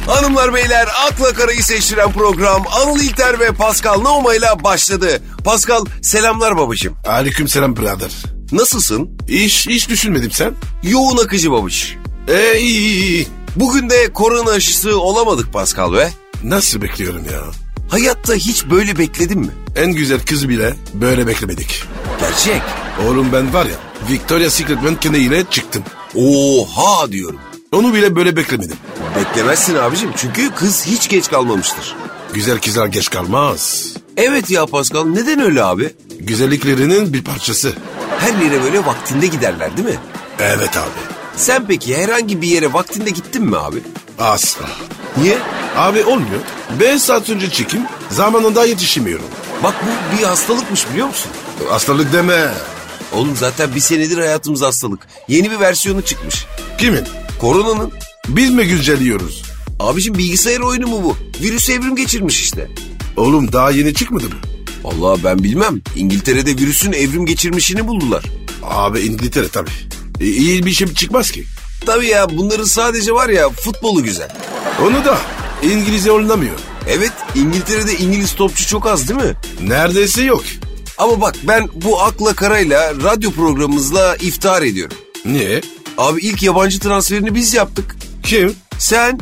Hanımlar beyler, akla karayı seçtiren program Anıl İlter ve Pascal Nouma ile başladı. Pascal, selamlar babacığım. Aleyküm selam birader. Nasılsın? Hiç düşünmedim sen. Yoğun akıcı babuş. İyi. Bugün de korona aşısı olamadık Pascal be. Nasıl bekliyorum ya? Hayatta hiç böyle bekledin mi? En güzel kız bile böyle beklemedik. Gerçek. Oğlum ben var ya, Victoria's Secret mankenine çıktım. Oha diyorum. Onu bile böyle beklemedim. Beklemezsin abicim, çünkü kız hiç geç kalmamıştır. Güzel kızlar geç kalmaz. Evet ya Pascal, neden öyle abi? Güzelliklerinin bir parçası. Her yere böyle vaktinde giderler değil mi? Evet abi. Sen peki herhangi bir yere vaktinde gittin mi abi? Asla. Niye? Abi olmuyor. 5 saat önce çekim, zamanında yetişemiyorum. Bak, bu bir hastalıkmış, biliyor musun? Hastalık deme. Oğlum zaten bir senedir hayatımız hastalık. Yeni bir versiyonu çıkmış. Kimin? Koronanın. Biz mi günceliyoruz? Abicim, bilgisayar oyunu mu bu? Virüs evrim geçirmiş işte. Oğlum daha yeni çıkmadı mı? Vallahi ben bilmem. İngiltere'de virüsün evrim geçirmişini buldular. Abi İngiltere tabii. İyi bir şey çıkmaz ki. Tabii ya, bunların sadece var ya futbolu güzel. Onu da İngilizce oynamıyor. Evet, İngiltere'de İngiliz topçu çok az değil mi? Neredeyse yok. Ama bak, ben bu akla karayla radyo programımızla iftihar ediyorum. Niye? Abi, ilk yabancı transferini biz yaptık. Kim? Sen?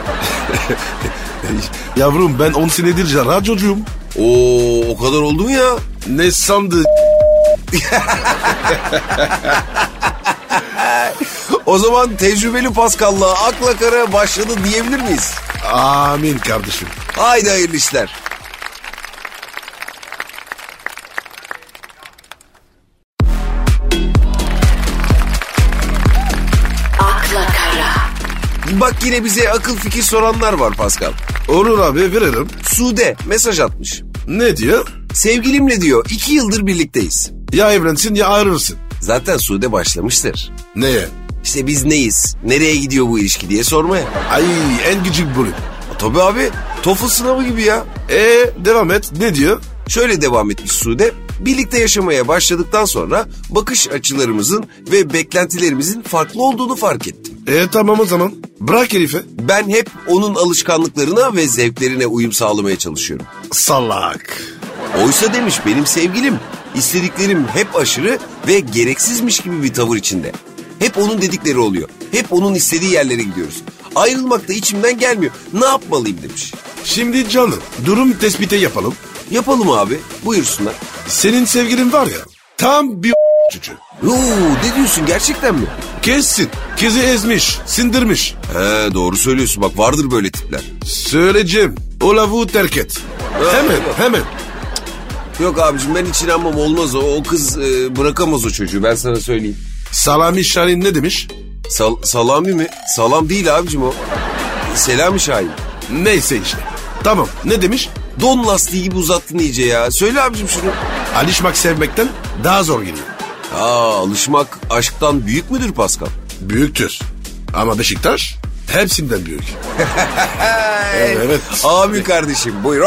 Yavrum ben 10 senedir radyocuyum. Oo, o kadar oldu mu ya? Ne sandı? O zaman tecrübeli Pascal'la akla kara başladı diyebilir miyiz? Amin kardeşim. Haydi hayırlı işler. Akla kara. Bak, yine bize akıl fikir soranlar var Pascal. Olur abi veririm. Sude mesaj atmış. Ne diyor? Sevgilimle diyor 2 yıldır birlikteyiz. Ya evlensin ya ayrılırsın. Zaten Sude başlamıştır. Neye? İşte biz neyiz, nereye gidiyor bu ilişki diye sormaya. Ay en gıcık bu. Tabii abi, TOEFL sınavı gibi ya. Devam et. Ne diyor? Şöyle devam etmiş Sude. Birlikte yaşamaya başladıktan sonra bakış açılarımızın ve beklentilerimizin farklı olduğunu fark ettim. Tamam o zaman. Bırak herife. Ben hep onun alışkanlıklarına ve zevklerine uyum sağlamaya çalışıyorum. Salak. Oysa demiş, benim sevgilim istediklerim hep aşırı ve gereksizmiş gibi bir tavır içinde. Hep onun dedikleri oluyor. Hep onun istediği yerlere gidiyoruz. Ayrılmak da içimden gelmiyor. Ne yapmalıyım demiş. Şimdi canım durum tespiti yapalım. Yapalım abi, buyursunlar. Senin sevgilin var ya tam bir çocuğu. Oo, ne diyorsun, gerçekten mi? Kessin. Kızı ezmiş, sindirmiş. Doğru söylüyorsun, bak vardır böyle tipler. Söyleyeceğim. O lavuğu terk et. Hemen. Yok abicim, ben hiç inanmam, olmaz o. O kız bırakamaz o çocuğu, ben sana söyleyeyim. Salami Şahin ne demiş? Salami mi? Salam değil abicim o. Selami Şahin. Neyse işte. Tamam ne demiş? Don lastiği gibi uzattın iyice ya. Söyle abicim şunu. Alışmak sevmekten daha zor geliyor. Alışmak aşktan büyük müdür Pascal? Büyüktür. Ama Beşiktaş hepsinden büyük. Evet. Abi kardeşim, buyur.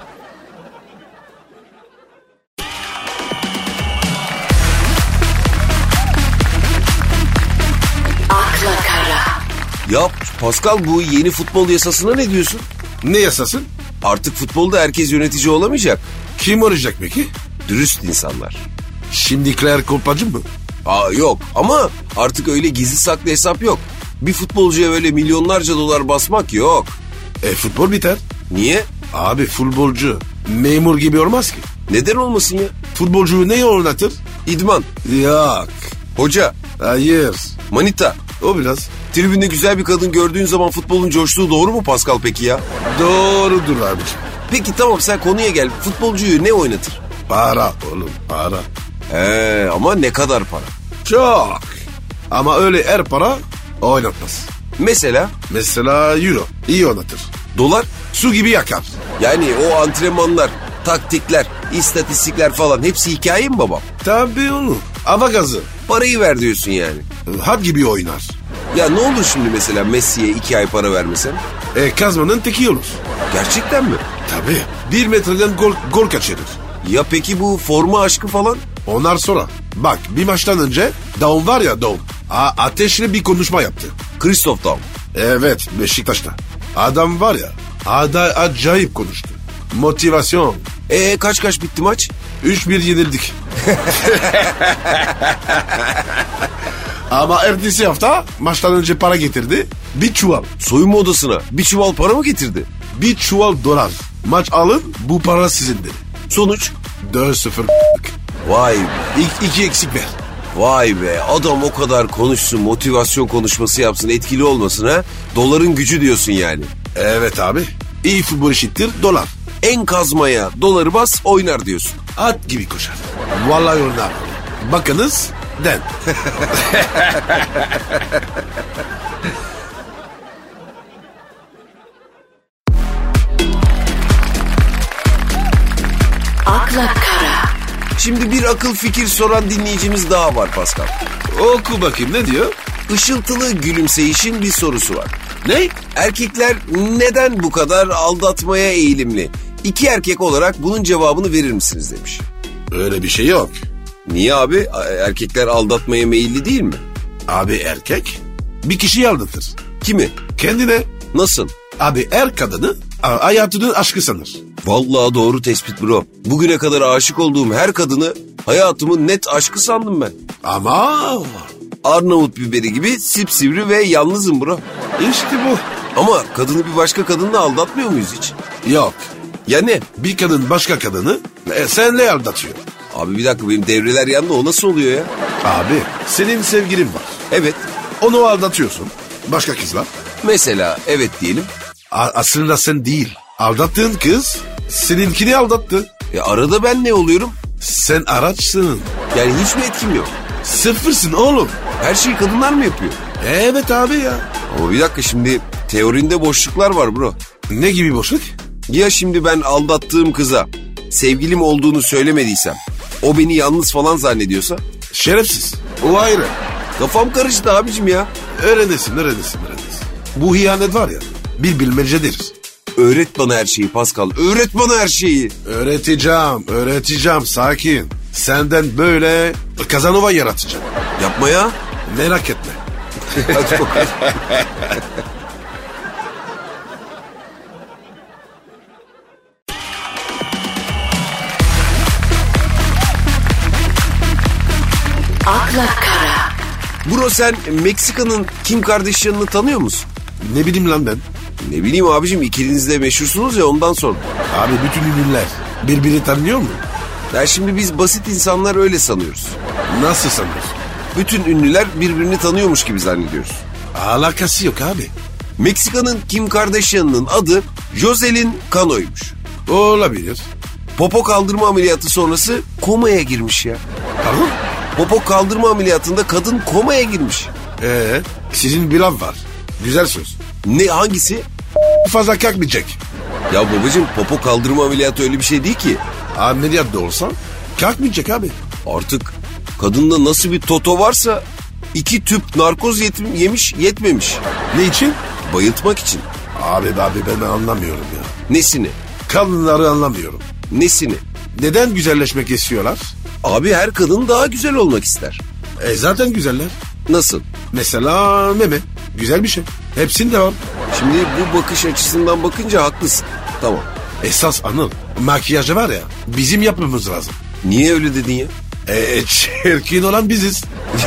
Akla kara. Ya Pascal, bu yeni futbol yasasına ne diyorsun? Ne yasasın? Artık futbolda herkes yönetici olamayacak. Kim olacak peki? Dürüst insanlar. Şimdikiler kolpacı mı? Yok, ama artık öyle gizli saklı hesap yok. Bir futbolcuya öyle milyonlarca dolar basmak yok. Futbol biter. Niye? Abi futbolcu memur gibi olmaz ki. Neden olmasın ya? Futbolcuyu neyi oynatır? İdman, Yok. hoca, Hayır. manita. O biraz. Tribünde güzel bir kadın gördüğün zaman futbolun coştuğu doğru mu Pascal peki ya? Doğrudur abiciğim. Peki tamam, sen konuya gel. Futbolcuyu ne oynatır? Para oğlum para. Ama ne kadar para? Çok. Ama öyle her para oynatmaz. Mesela? Mesela euro iyi oynatır. Dolar? Su gibi yakar. Yani o antrenmanlar, taktikler, istatistikler falan hepsi hikaye mi babam? Tabii oğlum. Hava gazı. Parayı ver diyorsun yani. Had gibi oynar. Ya ne olur şimdi mesela Messi'ye 2 ay para vermesem? Kazmanın teki olur. Gerçekten mi? Tabii. 1 metreden gol kaçırır. Ya peki bu forma aşkı falan? Onlar sonra. Bak bir maçtan önce Daum var ya Daum. Ateşli bir konuşma yaptı. Christoph Daum. Evet Beşiktaş'ta. Adam var ya, acayip konuştu. Motivasyon. Kaç bitti maç? 3-1 yenildik. Ama ertesi hafta maçtan önce para getirdi. Bir çuval. Soyunma odasına bir çuval para mı getirdi? Bir çuval dolar. Maç alın, bu para sizin dedi. Sonuç? 4-0. Vay be. 2 eksik ver. Vay be, adam o kadar konuşsun, motivasyon konuşması yapsın, etkili olmasın ha. Doların gücü diyorsun yani. Evet abi. İyi futbol eşittir dolar. En kazmaya doları bas oynar diyorsun. At gibi koşar. Vallahi oynar. Bakınız den. akla kara, Şimdi bir akıl fikir soran dinleyicimiz daha var Pascal. Oku bakayım ne diyor? Işıltılı gülümseyişin bir sorusu var. Ne? Erkekler neden bu kadar aldatmaya eğilimli? İki erkek olarak bunun cevabını verir misiniz demiş. Öyle bir şey yok. Niye abi? Erkekler aldatmaya meyilli değil mi? Abi erkek bir kişiyi aldatır. Kimi? Kendine. Nasıl? Abi kadını hayatının aşkı sanır. Vallahi doğru tespit bro. Bugüne kadar aşık olduğum her kadını hayatımın net aşkı sandım ben. Ama Arnavut biberi gibi sipsivri ve yalnızım bro. işte bu. Ama kadını bir başka kadınla aldatmıyor muyuz hiç? Yok. Ya ne? Bir kadın başka kadını senle aldatıyor. Abi bir dakika, benim devreler yandı, o nasıl oluyor ya? Abi senin sevgilin var. Evet. Onu aldatıyorsun. Başka kızla. Mesela evet diyelim. Aslında sen değil. Aldattığın kız seninkini aldattı. Arada ben ne oluyorum? Sen araçsın. Yani hiç mi etkim yok? Sıfırsın oğlum. Her şeyi kadınlar mı yapıyor? Evet abi ya. Ama bir dakika, şimdi teorinde boşluklar var bro. Ne gibi boşluk? Ya şimdi ben aldattığım kıza sevgilim olduğunu söylemediysem, o beni yalnız falan zannediyorsa? Şerefsiz. O ayrı. Kafam karıştı abicim ya. Öğrenirsin. Bu ihanet var ya, bir bilmecedir. Öğret bana her şeyi Pascal. Öğret bana her şeyi. Öğreteceğim sakin. Senden böyle Kazanova yaratacağım. Yapma ya. Merak etme. Hadi bakalım. akla kara, Bro, sen Meksika'nın Kim Kardashian'ını tanıyor musun? Ne bileyim lan ben. Ne bileyim abicim, ikiniz de meşhursunuz ya, ondan sonra. Abi bütün ünlüler birbirini tanıyor mu? Ya şimdi biz basit insanlar öyle sanıyoruz. Nasıl sanıyorsun? Bütün ünlüler birbirini tanıyormuş gibi zannediyoruz. Alakası yok abi. Meksika'nın Kim Kardashian'ının adı Jocelyn Cano'ymuş. Olabilir. Popo kaldırma ameliyatı sonrası komaya girmiş ya. Pardon? Popo kaldırma ameliyatında kadın komaya girmiş. Sizin bir laf var. Güzel söz. Ne, hangisi? Fazla kalkmayacak. Ya babacığım, popo kaldırma ameliyatı öyle bir şey değil ki. Ameliyat da olsa kalkmayacak abi. Artık kadında nasıl bir toto varsa 2 tüp narkoz yemiş yetmemiş. Ne için? Bayıltmak için. Abi ben anlamıyorum ya. Nesini? Kadınları anlamıyorum. Nesini? Neden güzelleşmek istiyorlar? Abi her kadın daha güzel olmak ister. Zaten güzeller. Nasıl? Mesela meme. Güzel bir şey. Hepsinde var. Şimdi bu bakış açısından bakınca haklısın. Tamam. Esas Anıl, makyajı var ya, bizim yapmamız lazım. Niye öyle dedin ya? Çirkin olan biziz.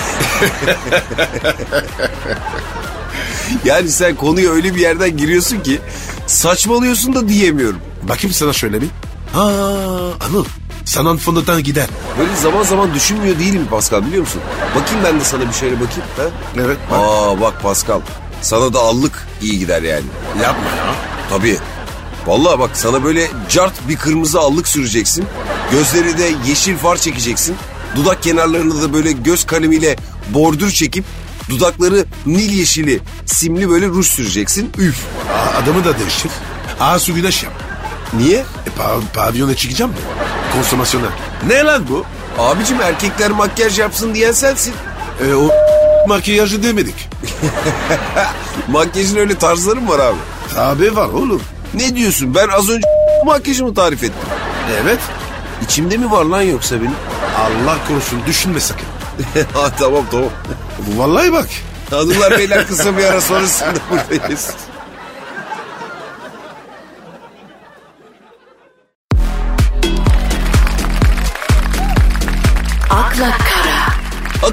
Yani sen konuya öyle bir yerden giriyorsun ki saçmalıyorsun da diyemiyorum. Bakayım sana şöyle bir. Anıl, sanan fondöten gider. Böyle zaman zaman düşünmüyor değilim Pascal, biliyor musun? Bakayım ben de sana bir şöyle bakayım. Ha? Evet. Bak. Bak Pascal, sana da allık iyi gider yani. Yapma ya. Tabii. Vallahi bak, sana böyle cart bir kırmızı allık süreceksin. Gözleri de yeşil far çekeceksin. Dudak kenarlarına da böyle göz kalemiyle bordür çekip dudakları nil yeşili simli böyle ruj süreceksin. Üf. Adamı da değiştir. Su güneş yap. Niye? Pavyona çıkacağım mı? Konsomasyona. Ne lan bu? Abicim, erkekler makyaj yapsın diyen sensin. O makyajı demedik. Makyajın öyle tarzları mı var abi? Tabii var oğlum. Ne diyorsun? Ben az önce makyajımı tarif ettim. Evet. İçimde mi var lan yoksa benim? Allah korusun, düşünme sakın. Tamam. Vallahi bak. Hanımlar beyler, kısa bir ara sonrasında buradayız.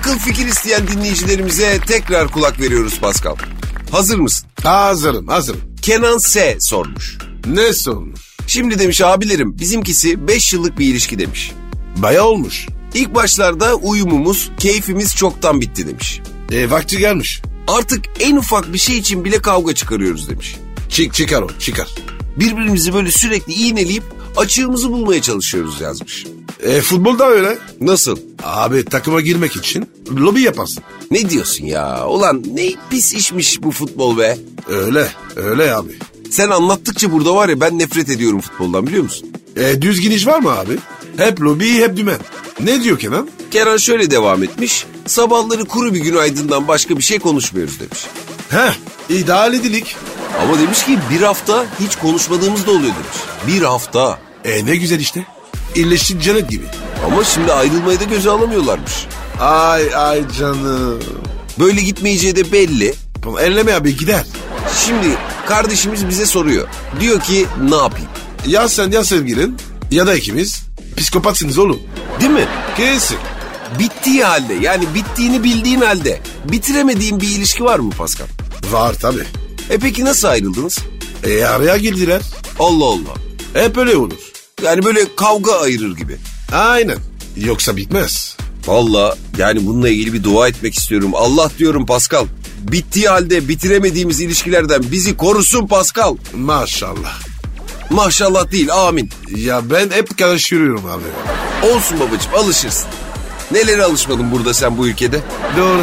Akıl fikir isteyen dinleyicilerimize tekrar kulak veriyoruz Pascal. Hazır mısın? Hazırım. Kenan S. sormuş. Ne sormuş? Şimdi demiş abilerim bizimkisi 5 yıllık bir ilişki demiş. Bayağı olmuş. İlk başlarda uyumumuz, keyfimiz çoktan bitti demiş. Vakti gelmiş. Artık en ufak bir şey için bile kavga çıkarıyoruz demiş. Çıkar. Birbirimizi böyle sürekli iğneleyip açığımızı bulmaya çalışıyoruz yazmış. Futbolda öyle. Nasıl? Abi takıma girmek için lobi yaparsın. Ne diyorsun ya? Ulan ne pis işmiş bu futbol be. Öyle abi. Sen anlattıkça burada var ya ben nefret ediyorum futboldan biliyor musun? Düzgün iş var mı abi? Hep lobi hep dümen. Ne diyor Kenan? Kenan şöyle devam etmiş. Sabahları kuru bir günaydından başka bir şey konuşmuyoruz demiş. İdeal edilik. Ama demiş ki bir hafta hiç konuşmadığımız da oluyor demiş. Bir hafta. Ne güzel işte. İyileştik cennet gibi. Ama şimdi ayrılmayı da göze alamıyorlarmış. Ay canım. Böyle gitmeyeceği de belli. Elleme abi gider. Şimdi kardeşimiz bize soruyor. Diyor ki ne yapayım? Ya sen ya sevgilin ya da ikimiz psikopatsınız oğlum. Değil mi? Kesin. Bittiği halde yani bittiğini bildiğin halde bitiremediğin bir ilişki var mı Pascal? Var tabii. Peki nasıl ayrıldınız? Araya girdiler. Allah Allah. Hep öyle olur. Yani böyle kavga ayırır gibi. Aynen. Yoksa bitmez. Vallahi yani bununla ilgili bir dua etmek istiyorum. Allah diyorum Pascal. Bittiği halde bitiremediğimiz ilişkilerden bizi korusun Pascal. Maşallah. Maşallah değil amin. Ya ben hep karıştırıyorum abi. Olsun babacığım alışırsın. Nelere alışmadın burada sen bu ülkede? Doğru.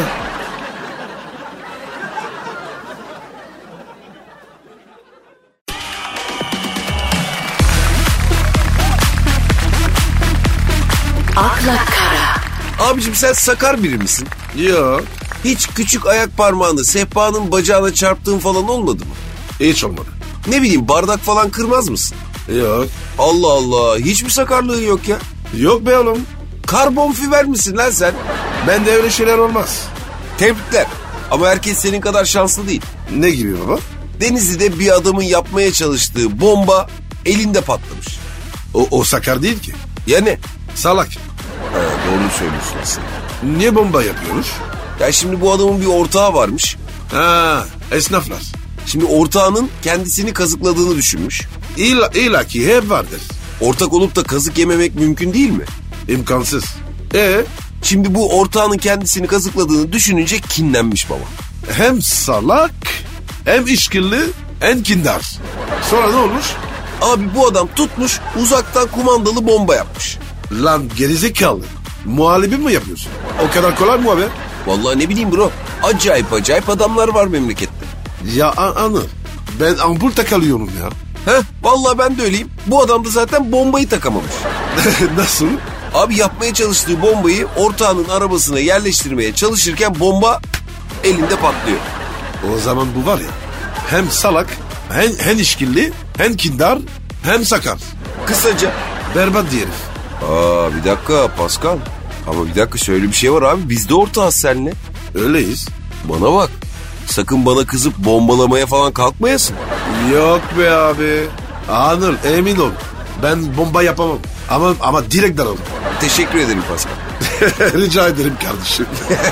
Akla Kara. Abicim sen sakar biri misin? Yok. Hiç küçük ayak parmağını sehpanın bacağına çarptığın falan olmadı mı? Hiç olmadı. Ne bileyim bardak falan kırmaz mısın? Yok. Allah Allah hiç mi sakarlığın yok ya? Yok be oğlum. Karbon fiber misin lan sen? Bende öyle şeyler olmaz. Tebrikler. Ama herkes senin kadar şanslı değil. Ne gibi baba? Denizli'de bir adamın yapmaya çalıştığı bomba elinde patlamış. O sakar değil ki. Ya ne? Salak. Doğru söylüyorsun aslında. Niye bomba yapıyoruz? Ya şimdi bu adamın bir ortağı varmış. Esnaflar. Şimdi ortağının kendisini kazıkladığını düşünmüş. İlla ki hep vardır. Ortak olup da kazık yememek mümkün değil mi? İmkansız. Şimdi bu ortağının kendisini kazıkladığını düşününce kinlenmiş baba. Hem salak hem işkilli hem kindar. Sonra ne olmuş? Abi bu adam tutmuş uzaktan kumandalı bomba yapmış. Lan gerizekalı. Muhallebi mi yapıyorsun? O kadar kolay mı abi? Vallahi ne bileyim bro. Acayip adamlar var memlekette. Ya Anıl ben ampul takalıyorum ya. Vallahi ben de öyleyim. Bu adam da zaten bombayı takamamış. Nasıl? Abi yapmaya çalıştığı bombayı ortağının arabasına yerleştirmeye çalışırken bomba elinde patlıyor. O zaman bu var ya hem salak hem işkilli hem kindar hem sakar. Kısaca. Berbat diyelim. Bir dakika Pascal. Ama bir dakika şöyle bir şey var abi. Biz de ortağız seninle. Öyleyiz. Bana bak. Sakın bana kızıp bombalamaya falan kalkmayasın. Yok be abi. Anıl emin ol. Ben bomba yapamam. Ama direkt daralım. Teşekkür ederim Pascal. Rica ederim kardeşim.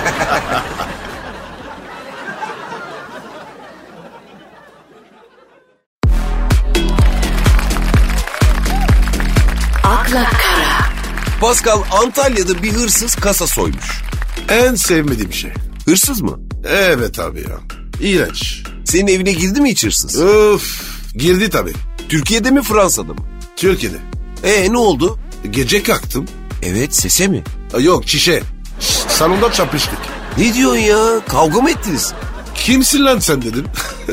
Akla Kara. Pascal Antalya'da bir hırsız kasa soymuş. En sevmediğim şey. Hırsız mı? Evet abi ya. İğrenç. Senin evine girdi mi hiç hırsız? Öf. Girdi tabii. Türkiye'de mi Fransa'da mı? Türkiye'de. Ne oldu? Gece kalktım. Evet sese mi? Yok çişe. Salonda çarpıştık. Ne diyorsun ya? Kavga mı ettiniz? Kimsin lan sen dedim.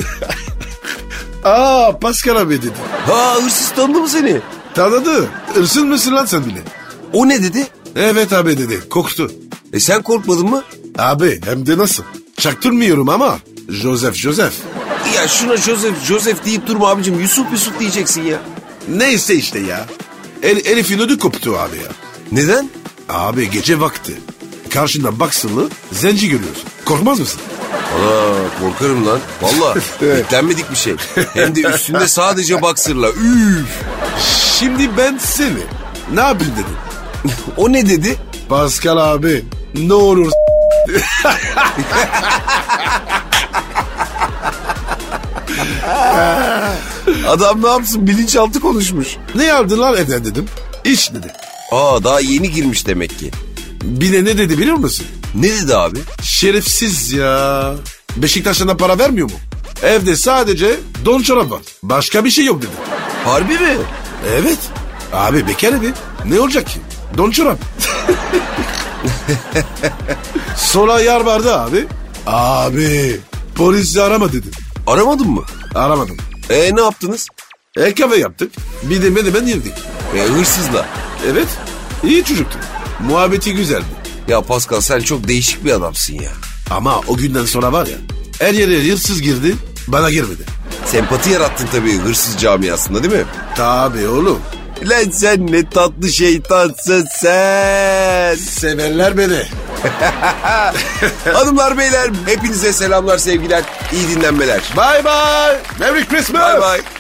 Pascal abi dedi. Hırsız tanıdı mı seni? Tanıdı. Hırsız mısın lan sen bile? O ne dedi? Evet abi dedi. Korktu. Sen korkmadın mı? Abi hem de nasıl? Çaktırmıyorum ama. Joseph. Ya şuna Joseph deyip durma abicim. Yusuf diyeceksin ya. Neyse işte ya. Elif'in ödü koptu abi ya. Neden? Abi gece vakti. Karşında baksılı zenci görüyorsun. Korkmaz mısın? Korkarım lan. Valla beklenmedik bir şey. Hem de üstünde sadece baksırla. Üf. Şimdi ben seni ne yapayım dedim. O ne dedi? Pascal abi ne olur Adam ne yapsın, bilinçaltı konuşmuş. Ne aldın lan evden dedim. İş dedi. Daha yeni girmiş demek ki. Bir de ne dedi biliyor musun? Ne dedi abi? Şerefsiz ya. Beşiktaş'tan para vermiyor mu? Evde sadece don çorap var. Başka bir şey yok dedi. Harbi mi? Evet. Abi bekar evi. Ne olacak ki? Don çorap. Sonra yer vardı abi. Abi polisi arama dedi. Aramadın mı? Aramadım. Ne yaptınız? Kafe yaptık. Bir de menemen yedik. Hırsızla. Evet. İyi çocuktu. Muhabbeti güzeldi. Ya Pascal, sen çok değişik bir adamsın ya. Ama o günden sonra var ya, her yere hırsız girdi, bana girmedi. Sempati yarattın tabii hırsız camiasında, değil mi? Tabii oğlum. Lan sen ne tatlı şeytansın sen. Severler beni. Hanımlar beyler, hepinize selamlar, sevgiler, iyi dinlenmeler. Bye bye. Merry Christmas. Bye bye.